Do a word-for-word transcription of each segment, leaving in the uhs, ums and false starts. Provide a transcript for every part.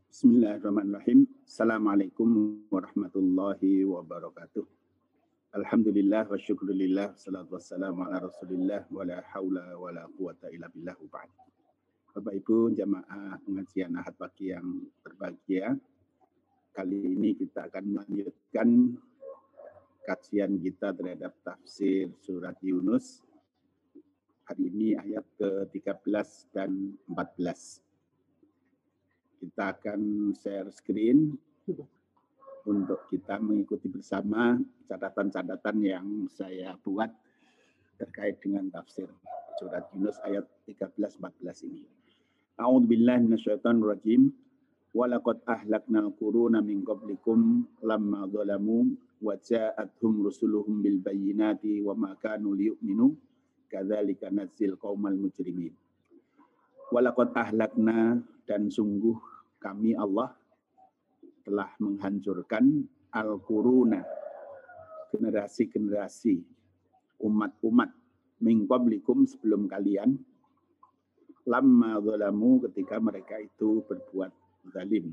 Bismillahirrahmanirrahim. Assalamualaikum warahmatullahi wabarakatuh. Alhamdulillah wa syukurillah. Salatu wassalamu ala rasulillah. Wa la hawla wa la quwata illa billah. Bapak Ibu jamaah pengajian Ahad pagi yang berbahagia. Kali ini kita akan melanjutkan kajian kita terhadap tafsir surat Yunus. Hari ini ayat ke tiga belas dan empat belas. Kita akan share screen untuk kita mengikuti bersama catatan-catatan yang saya buat terkait dengan tafsir surat Yunus ayat tiga belas empat belas ini. A'udzubillahi minasyaitonir rajim. Wa laqad ahlaknal quruna min qablikum lamma dzalamu wa ja'atuhum rusuluhum bil bayyinati wa ma kanu liyu'minu kadzalika nadzil qaumal mujrimin. Wa laqad ahlakna, dan sungguh kami Allah telah menghancurkan al-quruna, generasi-generasi umat-umat min qablikum, sebelum kalian, lamma dzalamu, ketika mereka itu berbuat zalim.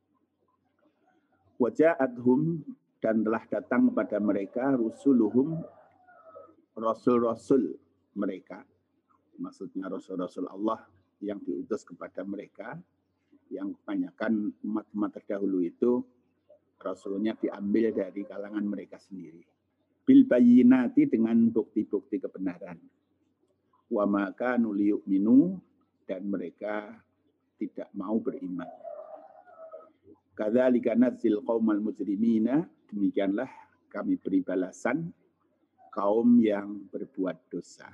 Wa ja'atuhum, dan telah datang kepada mereka rusuluhum, rasul-rasul mereka, maksudnya rasul-rasul Allah yang diutus kepada mereka, yang kebanyakan umat-umat terdahulu itu rasulnya diambil dari kalangan mereka sendiri. Bil bayyinati, dengan bukti-bukti kebenaran. Wa ma kanu liyu'minu, dan mereka tidak mau beriman. Kadzalika nadzil qaumal mujrimina, demikianlah kami beri balasan kaum yang berbuat dosa.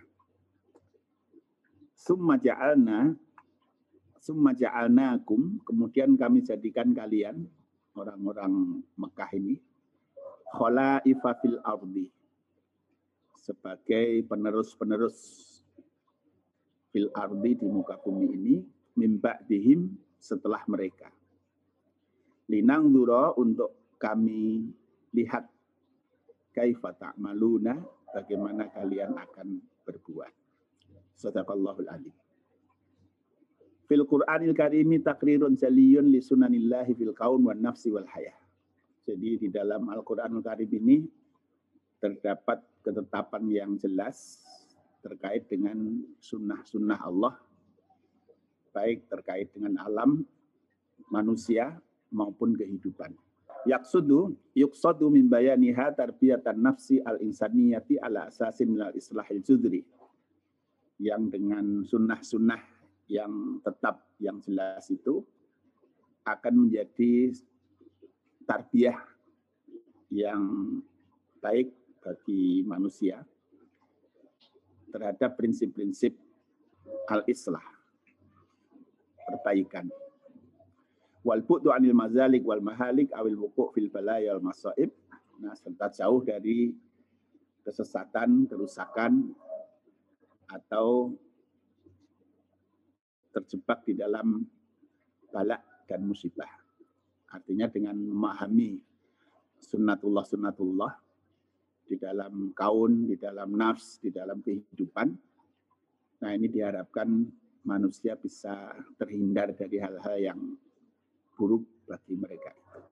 Summa ja'alna, summa ja'alnakum, kemudian kami jadikan kalian, orang-orang Mekah ini, khalaifa fil ardi, sebagai penerus-penerus fil ardi, di muka bumi ini, mim ba'dihim, setelah mereka. Linangdura, untuk kami lihat, kaifa ta'maluna, bagaimana kalian akan berbuat. Sadaqallahul adzim. Fil Qur'anil Karimi takrirun jaliyun li sunanillahi fil kaun wan nafsi wal hayah. Jadi di dalam Al-Qur'anul Karim ini terdapat ketetapan yang jelas terkait dengan sunnah-sunnah Allah, baik terkait dengan alam manusia maupun kehidupan. Yaqsudu yuqsadu min bayaniha tarbiyatan nafsi al-insaniyati ala asasin minal islahil judri. Yang dengan sunnah-sunnah yang tetap, yang jelas itu akan menjadi tarbiyah yang baik bagi manusia terhadap prinsip-prinsip al-islah, perbaikan. Wal bu'du anil mazalik wal mahalik awil wuku' fil balaya wal masaib. Nah, serta jauh dari kesesatan, kerusakan, atau terjebak di dalam balak dan musibah. Artinya dengan memahami sunnatullah-sunnatullah di dalam kaun, di dalam nafs, di dalam kehidupan. Nah, ini diharapkan manusia bisa terhindar dari hal-hal yang buruk bagi mereka.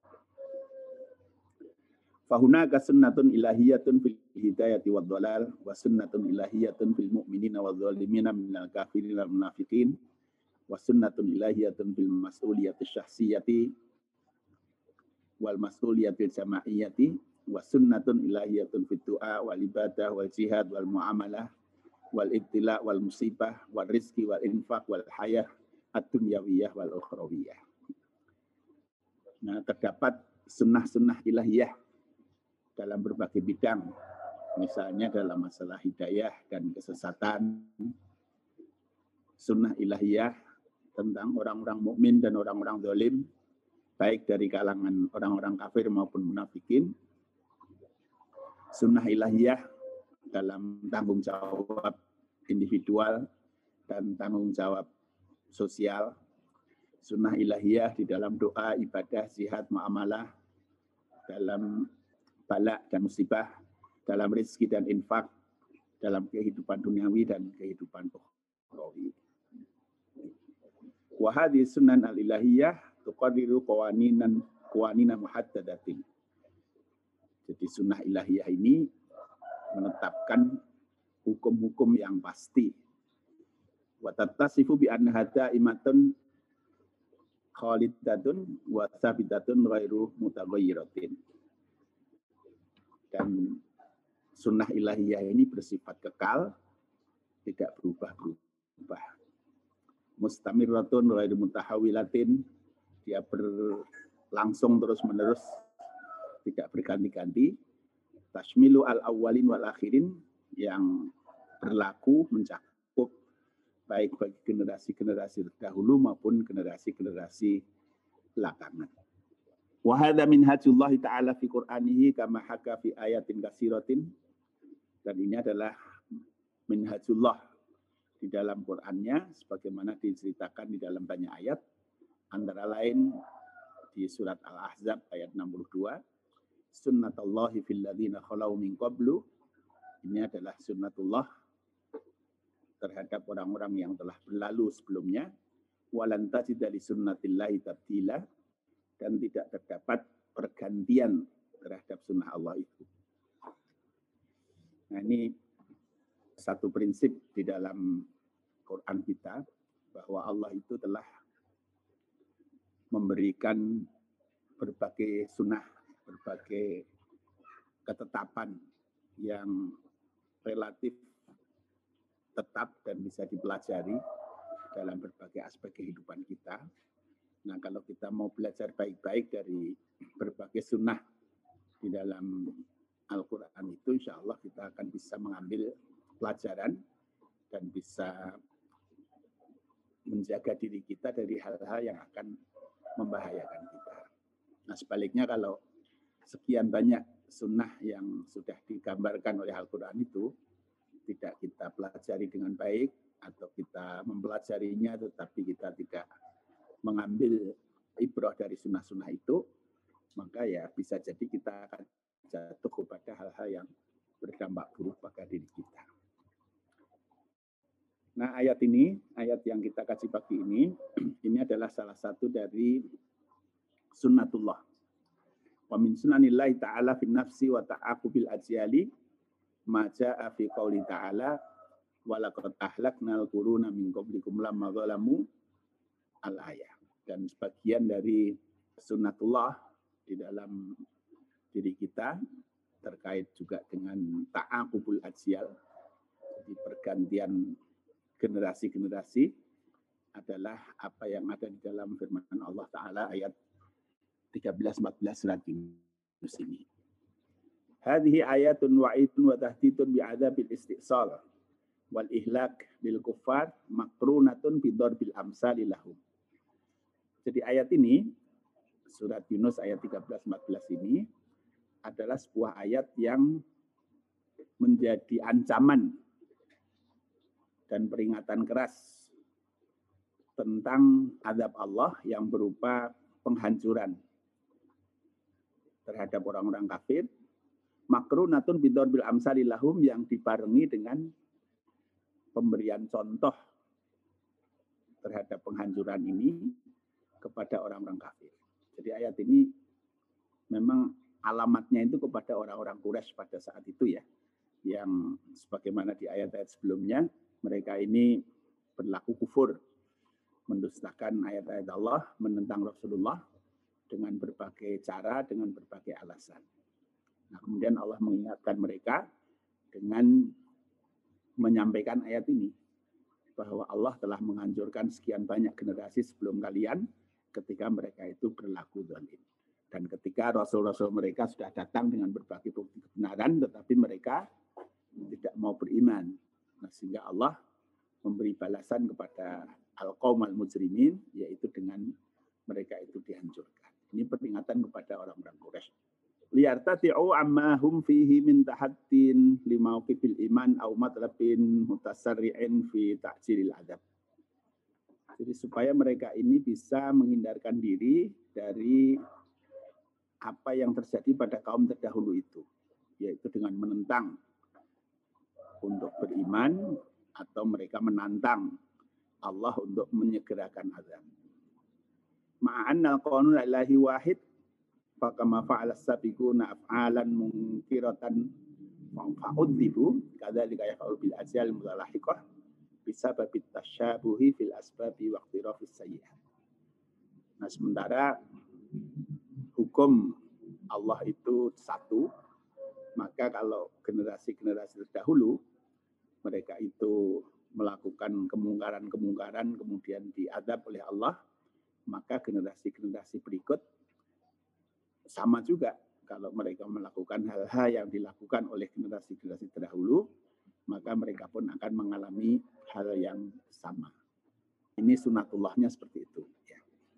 Fahunaka sunnatun ilahiyatun fil hidayati wad dhalal wa sunnatun ilahiyatun fil mu'minina wal zalimina minal kafirin wal munafiqin wa sunnatun ilahiyatun fil mas'uliyati syahsiyati wal mas'uliyati jama'iyyati wa sunnatun ilahiyatun fit du'a wal ibadah wal jihad wal muamalah wal ibtila wal musibah wal rizki wal infaq wal hayah ad-dunyawiyah wal ukhrawiyah. Nah, terdapat sunnah-sunnah ilahiyah dalam berbagai bidang, misalnya dalam masalah hidayah dan kesesatan, sunnah ilahiyah tentang orang-orang mukmin dan orang-orang zalim, baik dari kalangan orang-orang kafir maupun munafikin, sunnah ilahiyah dalam tanggung jawab individual dan tanggung jawab sosial, sunnah ilahiyah di dalam doa, ibadah, jihad, muamalah, dalam balak dan musibah, dalam rezeki dan infak, dalam kehidupan duniawi dan kehidupan ukhrawi. Wa hadhihi sunan al-ilahiyah tuqarriru qawaninan qawanina muhaddadatin. Jadi sunnah ilahiyah ini menetapkan hukum-hukum yang pasti. Wa tattasifu bi anna daimatun khalidatun wa thabitatun ghairu mutaghayyiratin. Dan sunnah ilahiyah ini bersifat kekal, tidak berubah-berubah. Mustamirratun ghairu mutahawilatin, dia berlangsung terus-menerus, tidak berganti-ganti. Tashmilu al-awwalin wal akhirin, yang berlaku mencakup baik bagi generasi-generasi terdahulu maupun generasi-generasi belakangan. Wa hadza minhajullah ta'ala fi Qur'anihi kama haka fi ayatin katsiratin. Dan ini adalah minhajullah di dalam Qur'annya sebagaimana diceritakan di dalam banyak ayat, antara lain di surat Al-Ahzab ayat enam puluh dua, sunnatullahi fil ladzina khalau min qablu. Ini adalah sunnatullah terhadap orang-orang yang telah berlalu sebelumnya. Walan tajida li sunnatillahi tabdila, dan tidak terdapat pergantian terhadap sunnah Allah itu. Nah, ini satu prinsip di dalam Quran kita, bahwa Allah itu telah memberikan berbagai sunnah, berbagai ketetapan yang relatif tetap dan bisa dipelajari dalam berbagai aspek kehidupan kita. Nah, kalau kita mau belajar baik-baik dari berbagai sunnah di dalam Al-Quran itu, insya Allah kita akan bisa mengambil pelajaran dan bisa menjaga diri kita dari hal-hal yang akan membahayakan kita. Nah, sebaliknya kalau sekian banyak sunnah yang sudah digambarkan oleh Al-Quran itu tidak kita pelajari dengan baik, atau kita mempelajarinya tetapi kita tidak mengambil ibrah dari sunnah-sunnah itu, maka ya bisa jadi kita akan jatuh kepada hal-hal yang berdampak buruk pada diri kita. Nah, ayat ini, ayat yang kita kaji pagi ini, ini adalah salah satu dari sunnatullah. Wa min sunanillahi ta'ala fin nafsi wa ta'aqubil ajyali ma ja'a fi qouli ta'ala wa laqad ahlaknal quruna min qablikum lamma zalamu al-ayah. Dan sebagian dari sunnatullah di dalam diri kita terkait juga dengan ta'aqubul ajyal, jadi pergantian generasi-generasi, adalah apa yang ada di dalam firman Allah Ta'ala ayat tiga belas empat belas surat Yunus ini. Hadhihi ayatun wa'idun wa tahdidun bi'adzabil istiqsal wal ihlak lil kuffar makrunatun bidorbil amsali lahum. Jadi ayat ini, surat Yunus ayat tiga belas empat belas ini adalah sebuah ayat yang menjadi ancaman dan peringatan keras tentang azab Allah yang berupa penghancuran terhadap orang-orang kafir. Makrunatun bidorbil amsali lahum, yang dibarengi dengan pemberian contoh terhadap penghancuran ini kepada orang-orang kafir. Jadi ayat ini memang alamatnya itu kepada orang-orang Quraisy pada saat itu ya, yang sebagaimana di ayat-ayat sebelumnya, mereka ini berlaku kufur, mendustakan ayat-ayat Allah, menentang Rasulullah dengan berbagai cara, dengan berbagai alasan. Nah, kemudian Allah mengingatkan mereka dengan menyampaikan ayat ini, bahwa Allah telah menghancurkan sekian banyak generasi sebelum kalian ketika mereka itu berlaku zalim. Dan ketika rasul-rasul mereka sudah datang dengan berbagai bukti kebenaran, tetapi mereka tidak mau beriman. Nah, sehingga Allah memberi balasan kepada al-qaum al-mujrimin, yaitu dengan mereka itu dihancurkan. Ini peringatan kepada orang-orang Quraisy. Liyartati'u amma hum fihi min tahattin limauqibil iman au matlabin mutasarri'in fi ta'jilil adab. Jadi supaya mereka ini bisa menghindarkan diri dari apa yang terjadi pada kaum terdahulu itu, yaitu dengan menentang untuk beriman, atau mereka menantang Allah untuk menyegerakan azab. Ma'anna al-qanun ilahi wahid fakama fa'ala sabiquna af'alan munkiratan fa'udzibu kadzalika yaf'alu bil ajal mutalahiqah bisabab tasyabuhi fil asbabi wa iqtirafis sayyi'at. Nah, sementara hukum Allah itu satu, maka kalau generasi-generasi terdahulu mereka itu melakukan kemungkaran-kemungkaran kemudian diadab oleh Allah, maka generasi-generasi berikut sama juga. Kalau mereka melakukan hal-hal yang dilakukan oleh generasi-generasi terdahulu, maka mereka pun akan mengalami hal yang sama. Ini sunatullahnya seperti itu. Ya.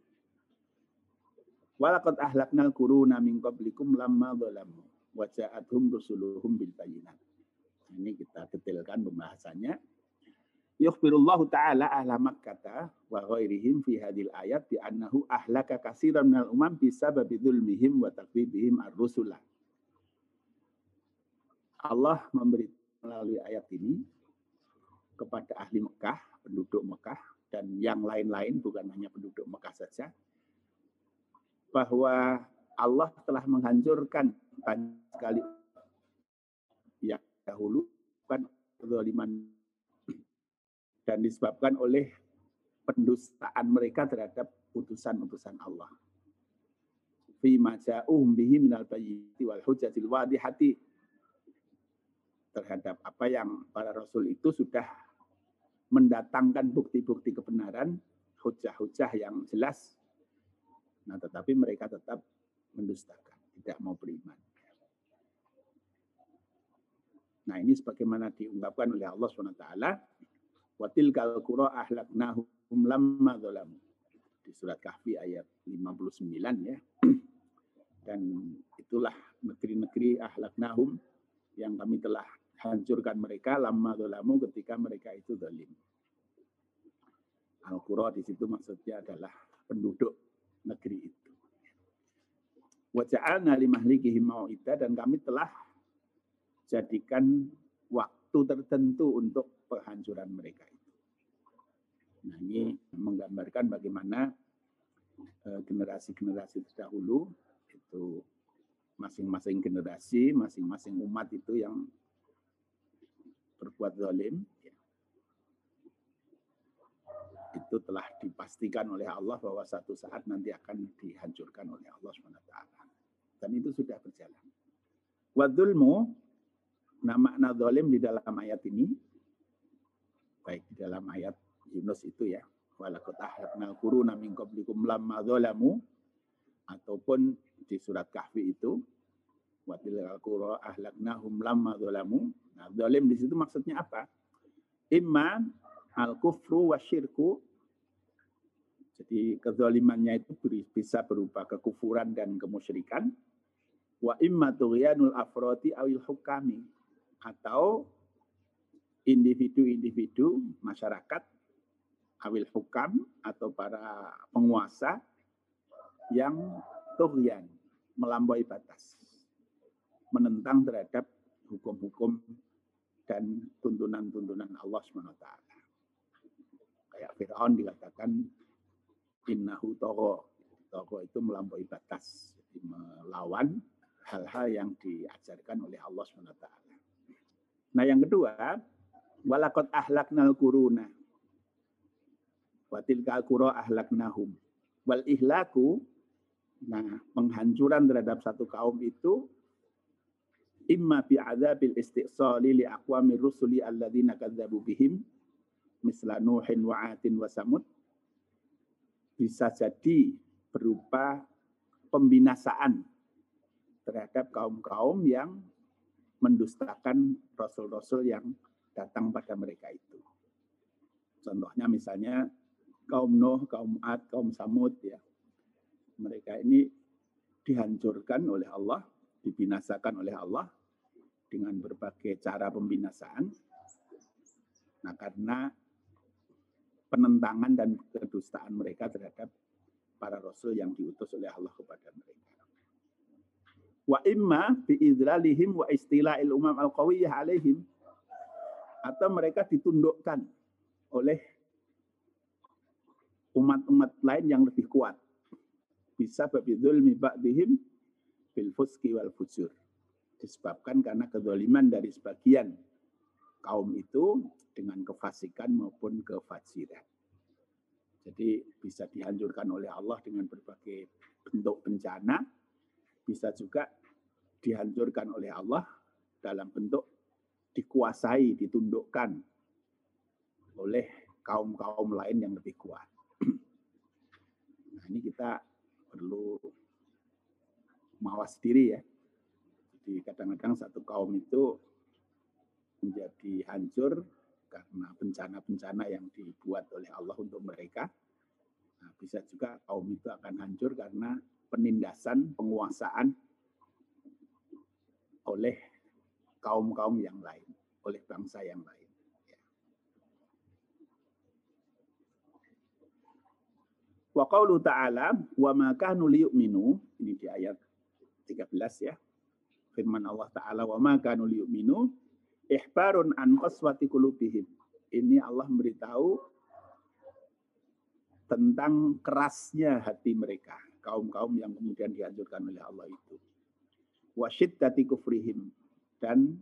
Walaqad ahlaknal quruna min qablikum lamma dzalamu wa ja'atuhum rusuluhum bil bayyinat. Ini kita detailkan pembahasannya. Yukhbirullahu ta'ala ahla Makkah wa ghairihim fi hadhil ayat bi annahu ahlaka katsiran minal umam bisababi dzulmihim wa takdzibihim ar-rusulah. Allah memberi melalui ayat ini kepada ahli Mekah, penduduk Mekah dan yang lain-lain, bukan hanya penduduk Mekah saja, bahwa Allah telah menghancurkan banyak sekali yang dahulu bukan kezaliman dan disebabkan oleh pendustaan mereka terhadap utusan-utusan Allah. Fi ma ja'uhum bihi minal bayyinati wal hujjatil wadihati, terhadap apa yang para rasul itu sudah mendatangkan bukti-bukti kebenaran, hujah-hujah yang jelas. Nah, tetapi mereka tetap mendustakan, tidak mau beriman. Nah, ini sebagaimana diungkapkan oleh Allah subhanahu wa taala, wa tilkal qura ahlaknahum lamma dzalamu, di surat Kahfi ayat lima puluh sembilan ya. Dan itulah negeri-negeri ahlaknahum yang kami telah hancurkan mereka lamma dzalamu, ketika mereka itu zalim. Al-qura di situ maksudnya adalah penduduk negeri itu. Wa ja'alna limahlikihim mau'ida, dan kami telah jadikan waktu tertentu untuk penghancuran mereka itu. Nah, ini menggambarkan bagaimana uh, generasi-generasi terdahulu itu masing-masing generasi, masing-masing umat itu yang berbuat zalim, ya, itu telah dipastikan oleh Allah bahwa satu saat nanti akan dihancurkan oleh Allah subhanahu wa taala. Dan itu sudah berjalan. Wa dzulmu, nah makna zalim di dalam ayat ini, baik di dalam ayat Yunus itu ya, walaqad ahlaknal quruna min qablikum lamma dzalamu, ataupun di surat Kahfi itu, wa tilkal qura ahlaknahum lamma dzalamu. Nah, zalim di situ maksudnya apa? Imma al-kufru wasyirku. Jadi kezalimannya itu bisa berupa kekufuran dan kemusyrikan. Wa imma tughyanul afrati awil hukami, atau individu-individu masyarakat awil hukam atau para penguasa yang tughyan, melampaui batas, menentang terhadap hukum-hukum dan tuntunan-tuntunan Allah subhanahu wa taala. Kayak Fir'aun dikatakan innahu tagha. Tagha itu melampaui batas, jadi melawan hal-hal yang diajarkan oleh Allah subhanahu wa taala. Nah, yang kedua, walaqad ahlaknal quruna wa tilkal qura ahlaknahum. Wal ihlaku, nah penghancuran terhadap satu kaum itu imma bi adzabil istiqsali li aqwamir rusuli alladzina kadzdzabu bihim misla Nuhin wa 'Adin wa Samud, bisa jadi berupa pembinasaan terhadap kaum-kaum yang mendustakan rasul-rasul yang datang pada mereka itu. Contohnya misalnya kaum Nuh, kaum 'Ad, kaum Samud ya. Mereka ini dihancurkan oleh Allah, dibinasakan oleh Allah dengan berbagai cara pembinasaan. Nah, karena penentangan dan kedustaan mereka terhadap para rasul yang diutus oleh Allah kepada mereka. Wa imma bi'idlalihim wa istila'il umam al-qawiyyah alaihim, atau mereka ditundukkan oleh umat-umat lain yang lebih kuat. bisababi dzulmi ba'dihim bil fuski wal fujur. Disebabkan karena kezaliman dari sebagian kaum itu dengan kefasikan maupun kefajiran. Jadi bisa dihancurkan oleh Allah dengan berbagai bentuk bencana, bisa juga dihancurkan oleh Allah dalam bentuk dikuasai, ditundukkan oleh kaum-kaum lain yang lebih kuat. Nah, ini kita perlu mawas diri ya. Jadi kadang-kadang satu kaum itu menjadi hancur karena bencana-bencana yang dibuat oleh Allah untuk mereka. Nah, bisa juga kaum itu akan hancur karena penindasan, penguasaan oleh kaum-kaum yang lain, oleh bangsa yang lain. Ya. Wa qaulu ta'ala wa ma kanu liyu'minu, ini di ayat tiga belas ya. Firman Allah Ta'ala wa ma kanu liyu'minu ihbarun an qaswati qulubihim. Ini Allah memberitahu tentang kerasnya hati mereka, kaum-kaum yang kemudian dihancurkan oleh Allah itu. Wa syiddati kufrihim, dan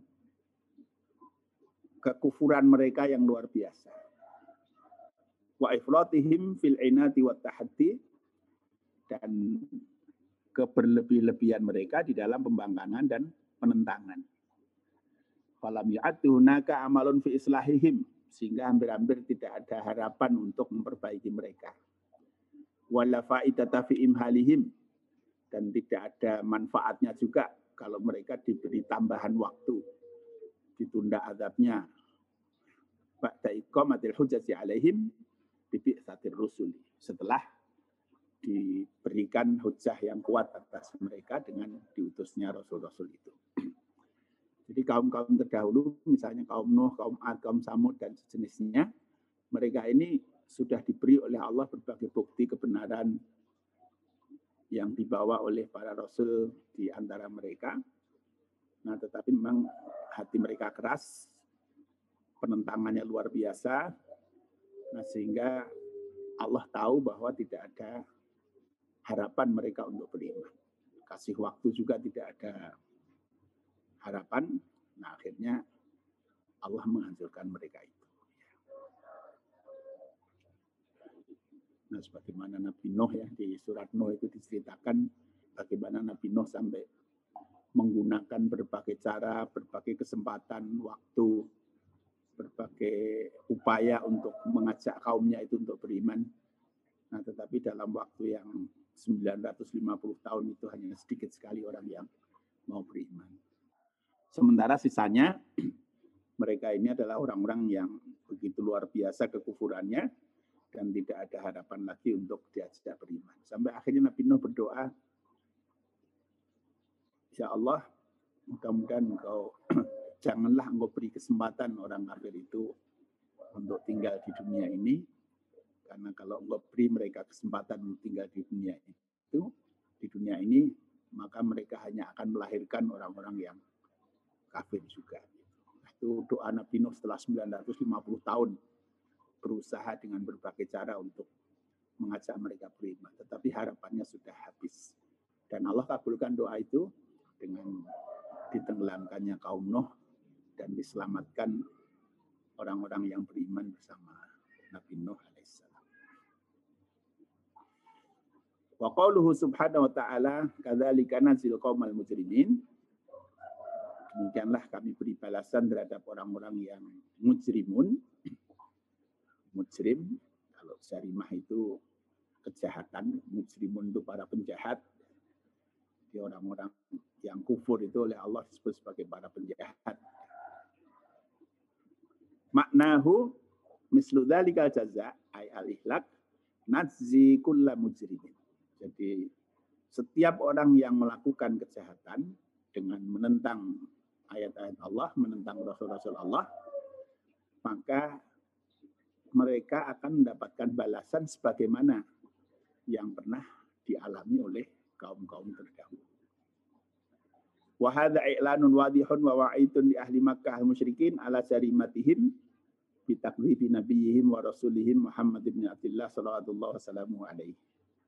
kekufuran mereka yang luar biasa. Wa ifratihim fil inati wat tahaddi, dan keberlebih-lebihan mereka di dalam pembangkangan dan penentangan. Falam ya'tu hunaka amalun fi islahihim, sehingga hampir-hampir tidak ada harapan untuk memperbaiki mereka. Wala fa'idata fi imhalihim, dan tidak ada manfaatnya juga kalau mereka diberi tambahan waktu, ditunda azabnya. Ba'da iqamatil hujjati alaihim bi bi'tsatir rusuli, setelah diberikan hujjah yang kuat atas mereka dengan diutusnya rasul-rasul itu. Jadi kaum-kaum terdahulu, misalnya kaum Nuh, kaum Ad, kaum Samud, dan sejenisnya, mereka ini sudah diberi oleh Allah berbagai bukti kebenaran yang dibawa oleh para rasul di antara mereka. Nah, tetapi memang hati mereka keras, penentangannya luar biasa, nah, sehingga Allah tahu bahwa tidak ada harapan mereka untuk beriman. Kasih waktu juga tidak ada harapan. Nah, akhirnya Allah menghancurkan mereka itu. Nah, sebagaimana Nabi Nuh ya, di surat Nuh itu diceritakan bagaimana Nabi Nuh sampai menggunakan berbagai cara, berbagai kesempatan, waktu, berbagai upaya untuk mengajak kaumnya itu untuk beriman. Nah, tetapi dalam waktu yang sembilan ratus lima puluh tahun itu hanya sedikit sekali orang yang mau beriman. Sementara sisanya, mereka ini adalah orang-orang yang begitu luar biasa kekufurannya dan tidak ada harapan lagi untuk diajak beriman. Sampai akhirnya Nabi Nuh berdoa, ya Allah, mudah-mudahan engkau, janganlah engkau beri kesempatan orang kafir itu untuk tinggal di dunia ini, karena kalau engkau beri mereka kesempatan untuk tinggal di dunia itu, di dunia ini, maka mereka hanya akan melahirkan orang-orang yang kafir juga. Itu doa Nabi Nuh setelah sembilan ratus lima puluh tahun berusaha dengan berbagai cara untuk mengajak mereka beriman. Tetapi harapannya sudah habis. Dan Allah kabulkan doa itu dengan ditenggelamkannya kaum Nuh dan diselamatkan orang-orang yang beriman bersama Nabi Nuh alaihissalam. Wa qauluhu subhanahu wa ta'ala kadzalika nazil qaumal mujrimin. Demikianlah kami beri balasan terhadap orang-orang yang mujrimun. Mujrim, kalau jarimah itu kejahatan, mujrimun itu para penjahat. Jadi orang-orang yang kufur itu oleh Allah disebut sebagai para penjahat. Maknahu mislu dzalikal jaza ay al-ihlak najzi kulla mujrimin. Jadi setiap orang yang melakukan kejahatan dengan menentang ayat-ayat Allah, menentang Rasul-Rasul Allah, maka mereka akan mendapatkan balasan sebagaimana yang pernah dialami oleh kaum-kaum terdahulu. Wa hadza i'lanun wadihun wa wa'idun li ahli Makkah al-musyrikin ala jarimatihim bi takdzibi nabiyihim wa rasulihim Muhammad ibn Abdullah sallallahu alaihi wasallam.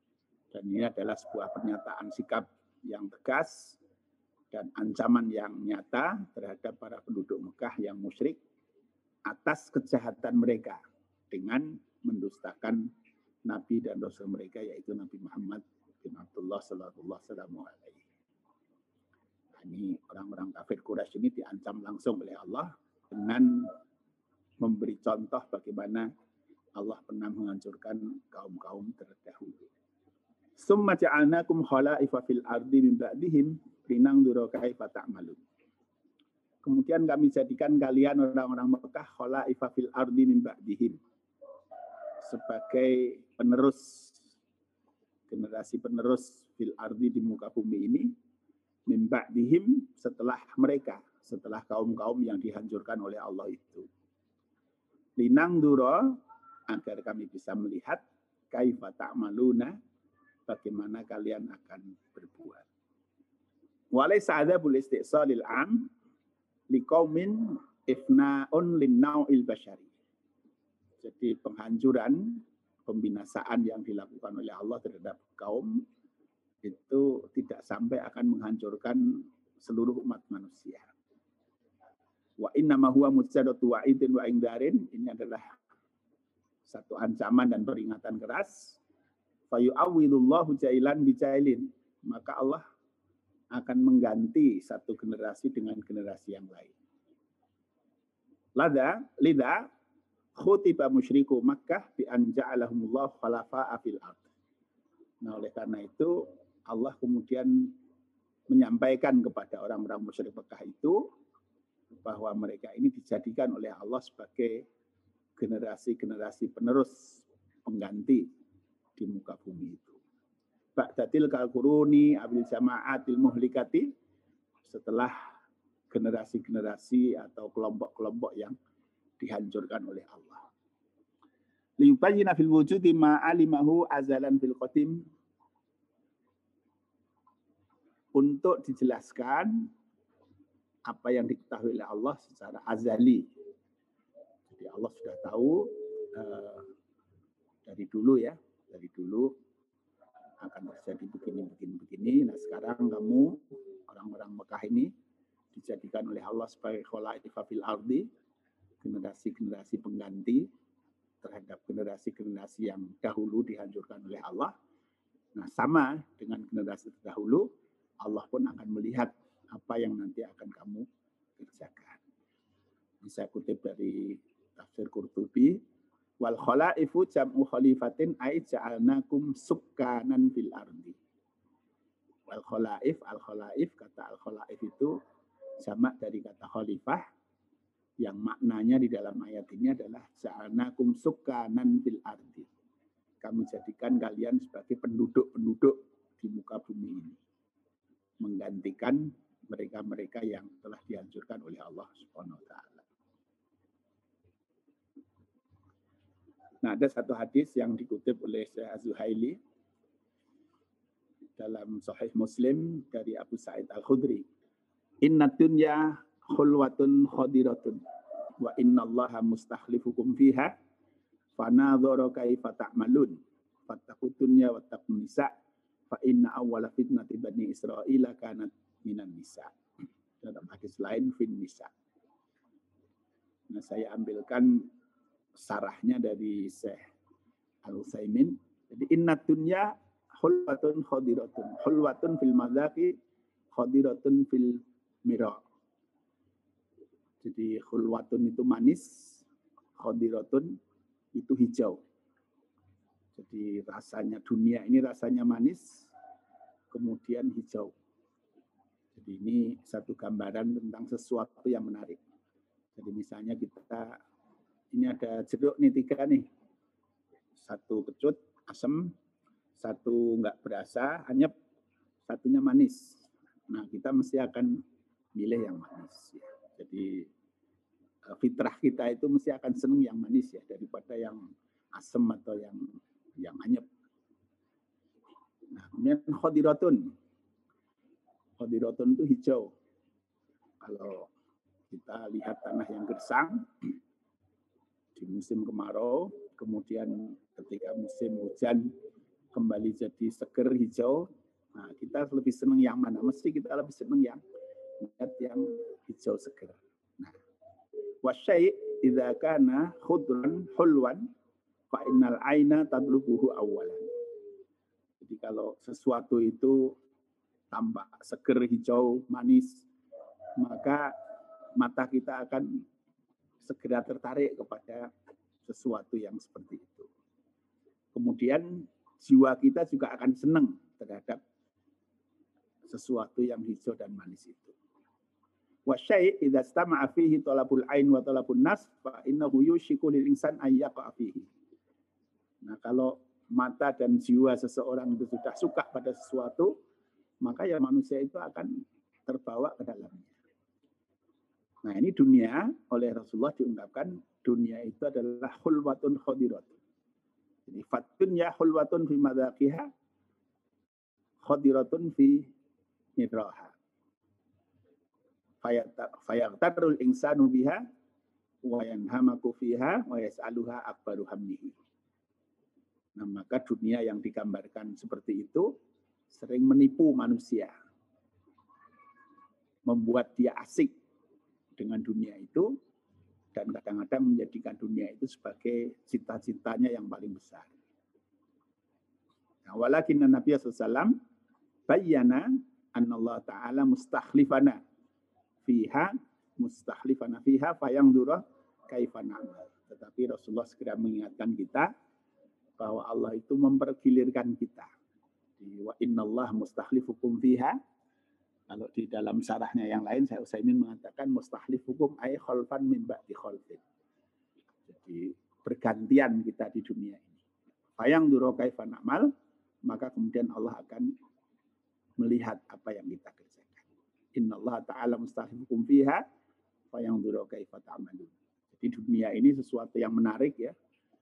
Dan ini adalah sebuah pernyataan sikap yang tegas dan ancaman yang nyata terhadap para penduduk Mekah yang musyrik atas kejahatan mereka dengan mendustakan Nabi dan Rasul mereka, yaitu Nabi Muhammad bin Abdullah sallallahu alaihi. Ini orang-orang kafir Quraisy ini diancam langsung oleh Allah dengan memberi contoh bagaimana Allah pernah menghancurkan kaum-kaum terdahulu. Summa ja'alnakum khala'ifa fil ardi min ba'dihim linanzura kaifa ta'malun. Kemudian kami jadikan kalian orang-orang Mekah khala'ifa fil ardi min ba'dihim sebagai penerus, generasi penerus fil ardi di muka bumi ini, min ba'dihim setelah mereka, setelah kaum-kaum yang dihancurkan oleh Allah itu. Linanzura agar kami bisa melihat kaifa ta'maluna, bagaimana kalian akan berbuat. Walaysa adzabul isti'salil am liqaumin ifna'un linnau'il basyari. Jadi penghancuran, pembinasaan yang dilakukan oleh Allah terhadap kaum itu tidak sampai akan menghancurkan seluruh umat manusia. Wa innama huwa mujadatu wa'idin wa ingdarin. Ini adalah satu ancaman dan peringatan keras. Fayu'awwidullahu jailan bijailin. Maka Allah akan mengganti satu generasi dengan generasi yang lain. Lada, lida, khutiba musyriku Makkah bi an ja'alahumullahu khalafa'a fil ard. Nah, oleh karena itu Allah kemudian menyampaikan kepada orang-orang musyrik Makkah itu bahwa mereka ini dijadikan oleh Allah sebagai generasi-generasi penerus pengganti di muka bumi itu. Ba'datil kalquruni abil jama'atil muhlikati, setelah generasi-generasi atau kelompok-kelompok yang dihancurkan oleh Allah. Liyubayyina fil wujudi ma alimahu azalan fil qadim, untuk dijelaskan apa yang diketahui oleh Allah secara azali. Jadi Allah sudah tahu uh, dari dulu ya, dari dulu akan terjadi begini, begini, begini. Nah sekarang kamu orang-orang Mekah ini dijadikan oleh Allah sebagai khala'ifa fil ardi, generasi-generasi pengganti terhadap generasi-generasi yang dahulu dihancurkan oleh Allah. Nah sama dengan generasi terdahulu, Allah pun akan melihat apa yang nanti akan kamu kerjakan. Ini saya kutip dari tafsir Qurtubi. Wal khala'ifu jam'u khalifatin ay ja'alnakum sukkanan fil ardi. Wal khala'if, al khala'if, kata al khala'if itu jamak dari kata khalifah, yang maknanya di dalam ayat ini adalah ja'alnakum sukkanan fil ardi. Kami jadikan kalian sebagai penduduk-penduduk di muka bumi ini, menggantikan mereka-mereka yang telah dihancurkan oleh Allah Subhanahu wa taala. Nah, ada satu hadis yang dikutip oleh Syekh Az-Zuhaili dalam Sahih Muslim dari Abu Sa'id Al-Khudri. Inna dunya khulwatun khadiratun wa innallaha mustakhlifukum fiha fanadhara kaifa ta'malun fattaqud dunya wattaqun nisa fa inna awwala fitnati bani Israila kanat minan nisa. Dalam hadis lain fin nisa. Nah, saya ambilkan sarahnya dari Syekh Al-Utsaimin. Jadi inna dunya khulwatun khadiratun. Khulwatun fil madzaqi, khadiratun fil mira. Jadi khulwatun itu manis, khadiratun itu hijau. Jadi rasanya dunia ini rasanya manis, kemudian hijau. Jadi ini satu gambaran tentang sesuatu yang menarik. Jadi misalnya kita ini ada jeruk nih tiga nih, satu kecut, asam, satu nggak berasa, anyep, satunya manis. Nah kita mesti akan milih yang manis. Ya. Jadi fitrah kita itu mesti akan senang yang manis ya daripada yang asam atau yang yang anyep. Nah kemudian khadiratun, khadiratun itu hijau. Kalau kita lihat tanah yang gersang di musim kemarau, kemudian ketika musim hujan kembali jadi seger hijau. Nah, kita lebih senang yang mana? Mesti kita lebih senang yang lihat yang hijau seger. Nah, wasyai' idza kana khudran hulwan fa innal aina tadlubuhu awalan. Jadi kalau sesuatu itu tampak seger, hijau, manis, maka mata kita akan segera tertarik kepada sesuatu yang seperti itu. Kemudian jiwa kita juga akan senang terhadap sesuatu yang hijau dan manis itu. Wa syai' idza istama'a fihi talabul ain wa talabun nas fa innahu yushiku lil insan ay yaqa fihi. Nah, kalau mata dan jiwa seseorang itu sudah suka pada sesuatu, maka ya manusia itu akan terbawa ke dalamnya. Nah, ini dunia oleh Rasulullah diungkapkan dunia itu adalah khulwatun khadiratun. Jadi fatunya khulwatun fi madzaqiha khadiratun fi midraha. Fayaqtarul insanu biha wa yanhamaku fiha wa yas'aluha akbaru hamnihi. Nah, maka dunia yang digambarkan seperti itu sering menipu manusia. Membuat dia asik dengan dunia itu dan kadang-kadang menjadikan dunia itu sebagai cita-citanya yang paling besar. Nah, walakin Nabi sallallahu alaihi wasallam bayyana anna Allah Ta'ala mustakhlifana fiha mustakhlifana fiha fayanzura kaifa na'mal. Tetapi Rasulullah segera mengingatkan kita bahwa Allah itu mempergilirkan kita. Wa innallaha mustakhlifukum fiha. Kalau di dalam syarahnya yang lain, saya Utsaimin mengatakan mustakhlifukum ay khalfan min ba'di khalfin. Jadi bergantian kita di dunia ini. Fayanzura kaifa na'mal, maka kemudian Allah akan melihat apa yang kita kerjakan. Innallaha ta'ala mustakhlifukum fiha fayanzura kaifa ta'malun. Jadi dunia ini sesuatu yang menarik ya.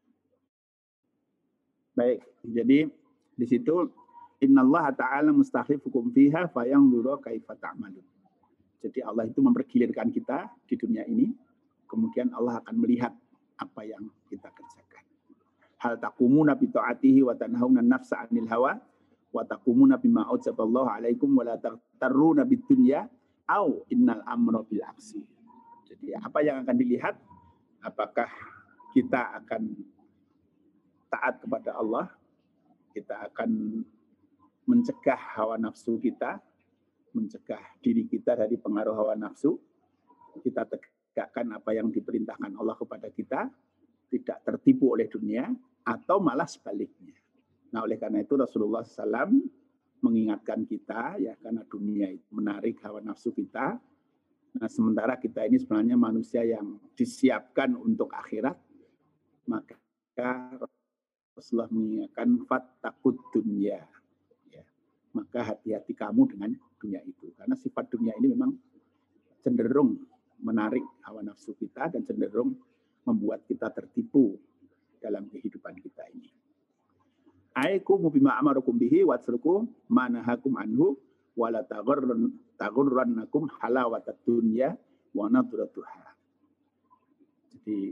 Baik, jadi di situ innallaha ta'ala mustakhlifukum fiha fayanzura kaifa ta'malun. Jadi Allah itu mempergilirkan kita di dunia ini, kemudian Allah akan melihat apa yang kita kerjakan. Hal taqumuna bi ta'atihi wa tanhauna an-nafsa 'anil hawa wa taqumuna bima aujaballahu 'alaikum wa la taqtarruna bid-dunya au innal amra bil aksi. Jadi apa yang akan dilihat? Apakah kita akan taat kepada Allah, kita akan mencegah hawa nafsu kita, mencegah diri kita dari pengaruh hawa nafsu, kita tegakkan apa yang diperintahkan Allah kepada kita, tidak tertipu oleh dunia, atau malah sebaliknya. Nah, oleh karena itu Rasulullah shallallahu alaihi wasallam mengingatkan kita, ya karena dunia itu menarik hawa nafsu kita. Nah, sementara kita ini sebenarnya manusia yang disiapkan untuk akhirat, maka Rasulullah mengingatkan fattaqud dunya. Ya. Maka hati-hati kamu dengan dunia itu. Karena sifat dunia ini memang cenderung menarik hawa nafsu kita dan cenderung membuat kita tertipu dalam kehidupan kita ini. Aikum bima amarukum bihi watsruku manahakum anhu wala taghurran taghurrannakum halawatud dunya wa nadratuha. Jadi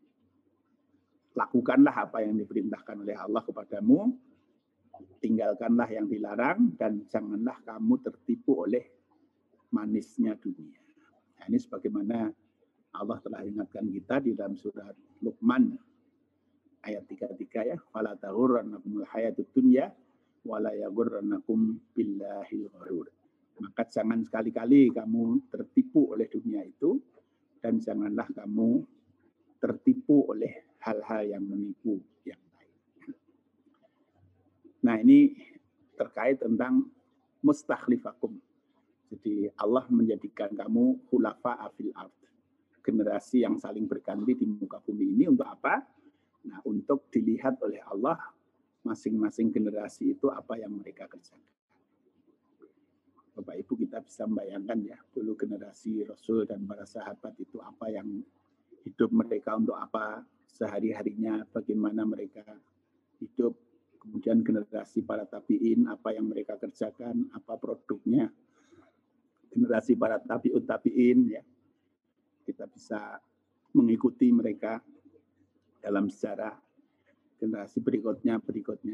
lakukanlah apa yang diperintahkan oleh Allah kepadamu, tinggalkanlah yang dilarang, dan janganlah kamu tertipu oleh manisnya dunia. Nah, ini sebagaimana Allah telah ingatkan kita di dalam surat Luqman ayat tiga puluh tiga ya, fala taghurrannakumul hayatud dunya wala yaghurrannakum billahil gharur. Maka jangan sekali-kali kamu tertipu oleh dunia itu, dan janganlah kamu tertipu oleh hal-hal yang menipu yang lain. Nah, ini terkait tentang mustakhlifakum. Jadi Allah menjadikan kamu khulafa'a fil ard, generasi yang saling berganti di muka bumi ini untuk apa? Nah, untuk dilihat oleh Allah masing-masing generasi itu apa yang mereka kerjakan. Bapak Ibu, kita bisa membayangkan ya, dulu generasi Rasul dan para sahabat itu apa yang hidup mereka untuk apa sehari-harinya, bagaimana mereka hidup, kemudian generasi para tabi'in, apa yang mereka kerjakan, apa produknya, generasi para tabi'ut tabi'in, ya, kita bisa mengikuti mereka dalam sejarah generasi berikutnya, berikutnya.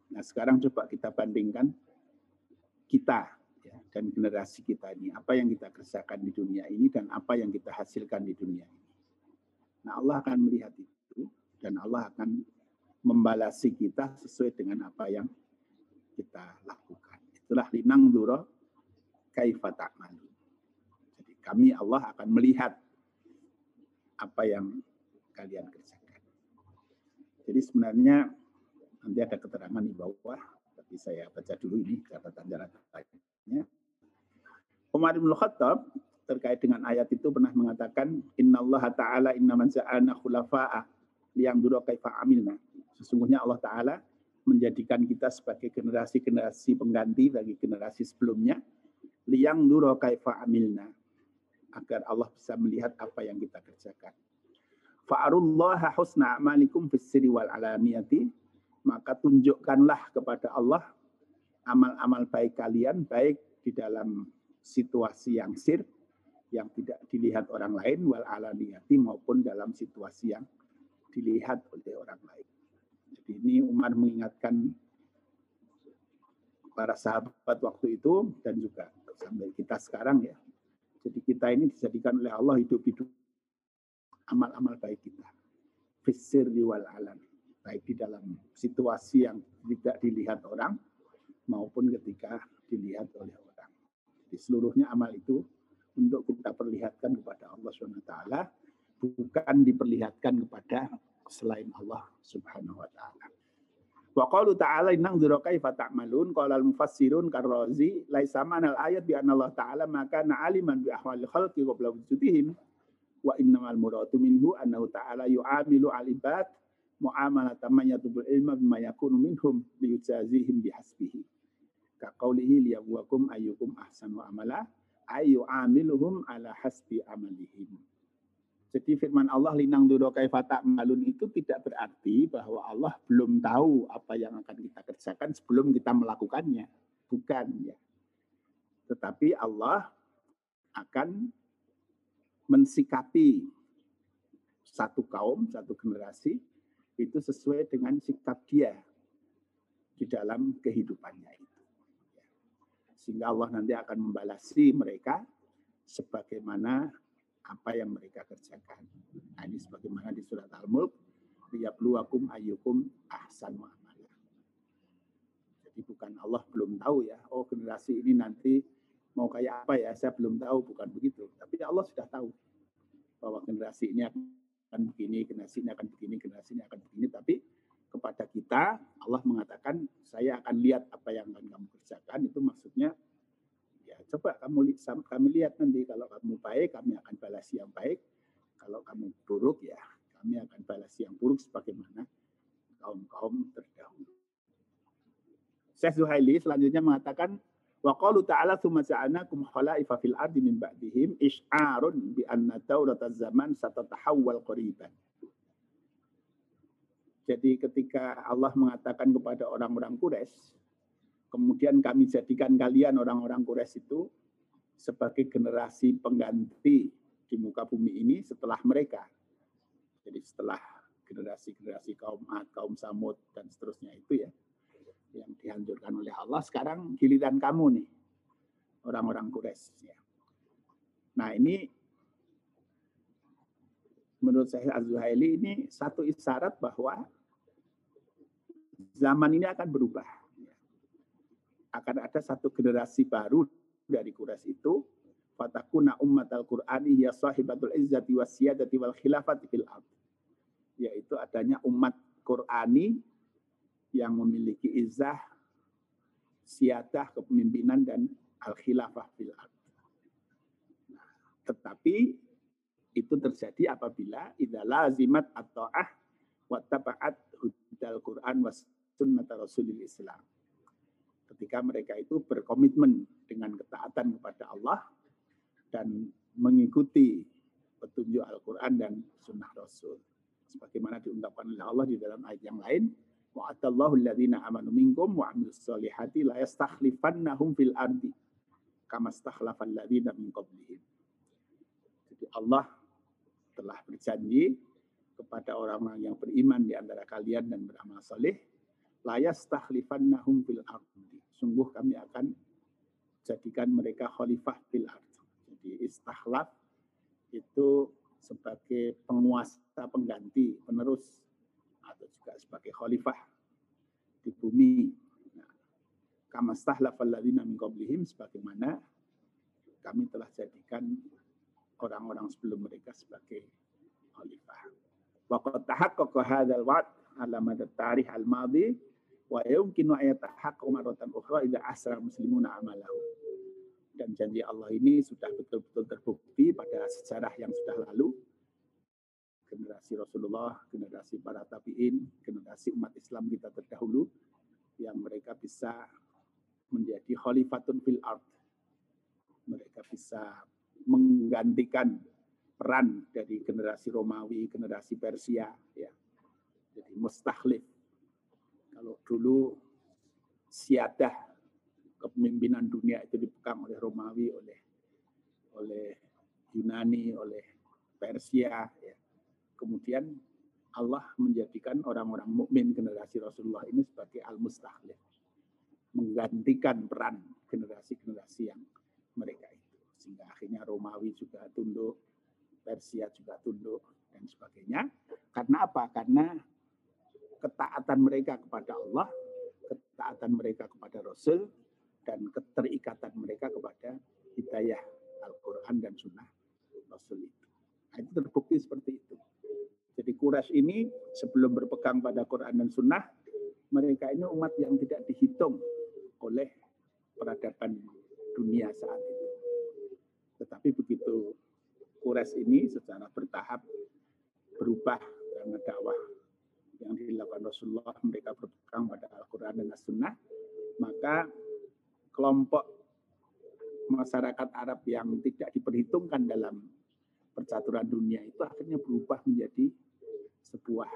Nah sekarang coba kita bandingkan kita ya, dan generasi kita ini, apa yang kita kerjakan di dunia ini dan apa yang kita hasilkan di dunia ini. Nah Allah akan melihat itu dan Allah akan membalasi kita sesuai dengan apa yang kita lakukan. Itulah linang duro kaifa ta'malu. Jadi kami Allah akan melihat apa yang kalian kerjakan. Jadi sebenarnya nanti ada keterangan di bawah, tapi saya baca dulu ini catatan-catatannya. Umar bin Khattab terkait dengan ayat itu pernah mengatakan, innallaha ta'ala innaman ja'alna khulafa'a liyandura kaifa amilna. Sesungguhnya Allah Ta'ala menjadikan kita sebagai generasi-generasi pengganti bagi generasi sebelumnya, liyandura kaifa amilna, agar Allah bisa melihat apa yang kita kerjakan. Fa'arullaha husna a'malikum fis sirri wal alaniyati, maka tunjukkanlah kepada Allah amal-amal baik kalian, baik di dalam situasi yang sir, yang tidak dilihat orang lain, wal alaniyati, maupun dalam situasi yang dilihat oleh orang lain. Jadi ini Umar mengingatkan para sahabat waktu itu dan juga sampai kita sekarang ya. Jadi kita ini dijadikan oleh Allah hidup-hidup amal-amal baik kita. Fis sirri wal alan, baik di dalam situasi yang tidak dilihat orang maupun ketika dilihat oleh orang. Jadi seluruhnya amal itu untuk kita perlihatkan kepada Allah subhanahu wa taala, bukan diperlihatkan kepada selain Allah subhanahu wa ta'ala. Wa qalu ta'ala innang dzura kaifa ta'malun qala al-mufassirun karrazi laisa manal ayat bi anna Allah ta'ala maka na'aliman bi ahwali khalqi qabla wujudihim wa innamal muradu minhu annahu ta'ala yu'amilu al-ibad mu'amalatan man yatubul ilma bima yakunu minhum liyujazihim bihasbihi ka qawlihi liyabwakum ayyukum ahsanu amala ay yu'amiluhum ala hasbi amalihim. Jadi firman Allah linang duro kaifa ta'malun itu tidak berarti bahwa Allah belum tahu apa yang akan kita kerjakan sebelum kita melakukannya. Bukan ya. Tetapi Allah akan mensikapi satu kaum, satu generasi itu sesuai dengan sikap dia di dalam kehidupannya itu. Sehingga Allah nanti akan membalasi mereka sebagaimana apa yang mereka kerjakan. Nah, ini sebagaimana di surat Al-Mulk, liyabluwakum ayyukum ahsanu amala. Jadi bukan Allah belum tahu ya, oh generasi ini nanti mau kayak apa ya, saya belum tahu, bukan begitu. Tapi Allah sudah tahu bahwa generasi ini akan begini, generasi ini akan begini, generasi ini akan begini. Tapi kepada kita, Allah mengatakan, saya akan lihat apa yang akan kamu kerjakan. Itu maksudnya, ya coba kamu kami lihat nanti kalau kamu baik kami akan balas yang baik, kalau kamu buruk ya kami akan balas yang buruk sebagaimana kaum-kaum terdahulu. Syekh Zuhaili selanjutnya mengatakan wa qalu ta'ala tsumma ja'alnakum khalaifa fil ardi min ba'dihim isy'arun bi anna dawrataz zaman satatahawwal qariban. Jadi ketika Allah mengatakan kepada orang-orang Quraisy, kemudian kami jadikan kalian orang-orang Quraisy itu sebagai generasi pengganti di muka bumi ini setelah mereka. Jadi setelah generasi-generasi kaum Ad, kaum Samud, dan seterusnya itu ya, yang dihancurkan oleh Allah, sekarang giliran kamu nih, orang-orang Quraisy. Ya. Nah ini, menurut saya Az-Zuhaili ini satu isyarat bahwa zaman ini akan berubah. Akan ada satu generasi baru dari Quraisy itu, fatakuna ummatal qur'ani hiya sahibatul izzati wasiyadati wal khilafati fil ard, yaitu adanya umat Qur'ani yang memiliki izzah, siyadah, kepemimpinan, dan al-khilafah fil ard. Nah, tetapi itu terjadi apabila idza lazimat at-ta'ah wa taba'at hudal Qur'an was sunnat Rasulil Islam. Ketika mereka itu berkomitmen dengan ketaatan kepada Allah dan mengikuti petunjuk Al-Quran dan Sunnah Rasul. Sebagaimana diungkapkan oleh Allah di dalam ayat yang lain, wa'adallahu alladhina amanu minkum wa amilus solihati la yastakhlifannahum fil ardi kama stakhlafal ladhina min qablihim. Jadi Allah telah berjanji kepada orang-orang yang beriman di antara kalian dan beramal soleh, la yastakhlifannahum fil ardi. Sungguh kami akan jadikan mereka khalifah fil ardi. Jadi istakhlaf itu sebagai penguasa, pengganti, penerus, atau juga sebagai khalifah di bumi. Nah, kama stahlafal ladzina min qablihim, sebagaimana kami telah jadikan orang-orang sebelum mereka sebagai khalifah. Wa qad tahaqqaqa hadzal wa'd ala mad at-tarikh al-madi wa yumkinu an yatahaqqaqa marratan ukhra idza asra muslimuna amalahu. Dan janji Allah ini sudah betul-betul terbukti pada sejarah yang sudah lalu. Generasi Rasulullah, generasi para tabi'in, generasi umat Islam kita terdahulu, yang mereka bisa menjadi khalifatun fil ard. Mereka bisa menggantikan peran dari generasi Romawi, generasi Persia, ya. Jadi mustakhlif. Kalau dulu siadah kepemimpinan dunia itu dipegang oleh Romawi, oleh oleh Yunani, oleh Persia, ya. Kemudian Allah menjadikan orang-orang mukmin generasi Rasulullah ini sebagai al-mustakhlif, menggantikan peran generasi-generasi yang mereka itu, sehingga akhirnya Romawi juga tunduk, Persia juga tunduk, dan sebagainya. Karena apa? Karena ketaatan mereka kepada Allah, ketaatan mereka kepada Rasul, dan keterikatan mereka kepada hidayah Al-Quran dan Sunnah Rasul itu. Nah, itu terbukti seperti itu. Jadi Quraisy ini sebelum berpegang pada Quran dan Sunnah, mereka ini umat yang tidak dihitung oleh peradaban dunia saat itu. Tetapi begitu Quraisy ini secara bertahap berubah karena dakwah yang dilakukan Rasulullah, mereka berpegang pada Al-Quran dan As-Sunnah, maka kelompok masyarakat Arab yang tidak diperhitungkan dalam percaturan dunia itu akhirnya berubah menjadi sebuah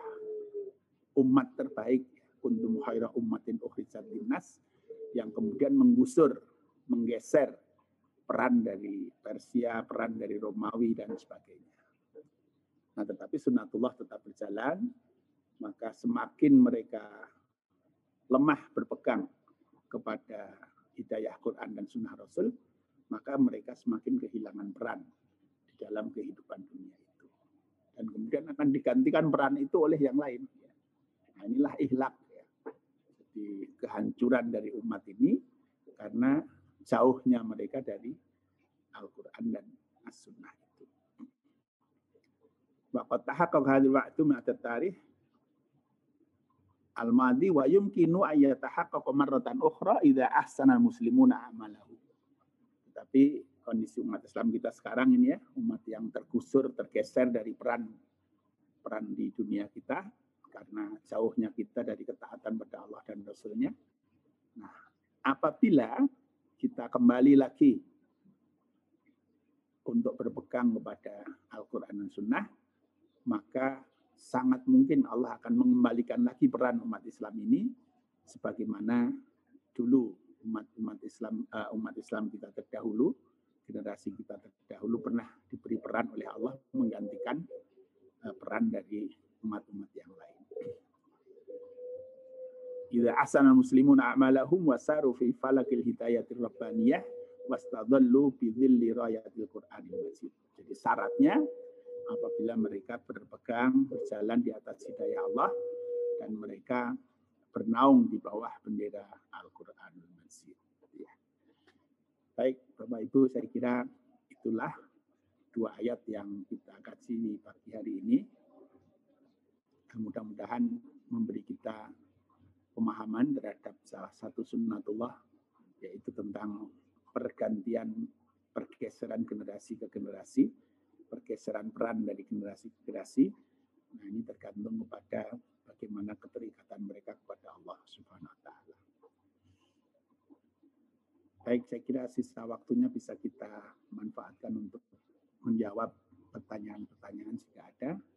umat terbaik, kuntum khaira ummatin ukhrijat linnas, yang kemudian menggusur, menggeser peran dari Persia, peran dari Romawi, dan sebagainya. Nah, tetapi sunatullah tetap berjalan, maka semakin mereka lemah berpegang kepada hidayah Quran dan Sunnah Rasul, maka mereka semakin kehilangan peran di dalam kehidupan dunia itu. Dan kemudian akan digantikan peran itu oleh yang lain. Nah, inilah ihlak. Ya. Jadi kehancuran dari umat ini karena jauhnya mereka dari Al-Quran dan As-Sunnah itu. Waqad tahaqqaqa hadzal wa'du min at-tarikh al-madi wa yumkinu an yatahaqqaqa marratan ukhra idza ahsana al-muslimuna amalahu. Tapi kondisi umat Islam kita sekarang ini ya, umat yang tergusur, tergeser dari peran peran di dunia kita karena jauhnya kita dari ketaatan pada Allah dan Rasul-Nya. Nah, apabila kita kembali lagi untuk berpegang kepada Al-Quran dan Sunnah, maka sangat mungkin Allah akan mengembalikan lagi peran umat Islam ini sebagaimana dulu umat-umat Islam uh, umat Islam kita terdahulu, generasi kita terdahulu pernah diberi peran oleh Allah menggantikan uh, peran dari umat-umat yang lain. Idza ahsana muslimuna a'malahum wa saru fi falakil hidayatir rabbaniyah wastadallu bi dhilli rayatil Qur'anil Majid. Jadi syaratnya apabila mereka berpegang, berjalan di atas hidayah Allah, dan mereka bernaung di bawah bendera Al-Quranul Majid. Ya. Baik, Bapak Ibu, saya kira itulah dua ayat yang kita kaji di pagi hari ini. Mudah-mudahan memberi kita pemahaman terhadap salah satu sunnatullah, yaitu tentang pergantian, pergeseran generasi ke generasi, pergeseran peran dari generasi ke generasi. Nah, ini tergantung kepada bagaimana keterikatan mereka kepada Allah Subhanahu wa taala. Baik, saya kira sisa waktunya bisa kita manfaatkan untuk menjawab pertanyaan-pertanyaan jika ada.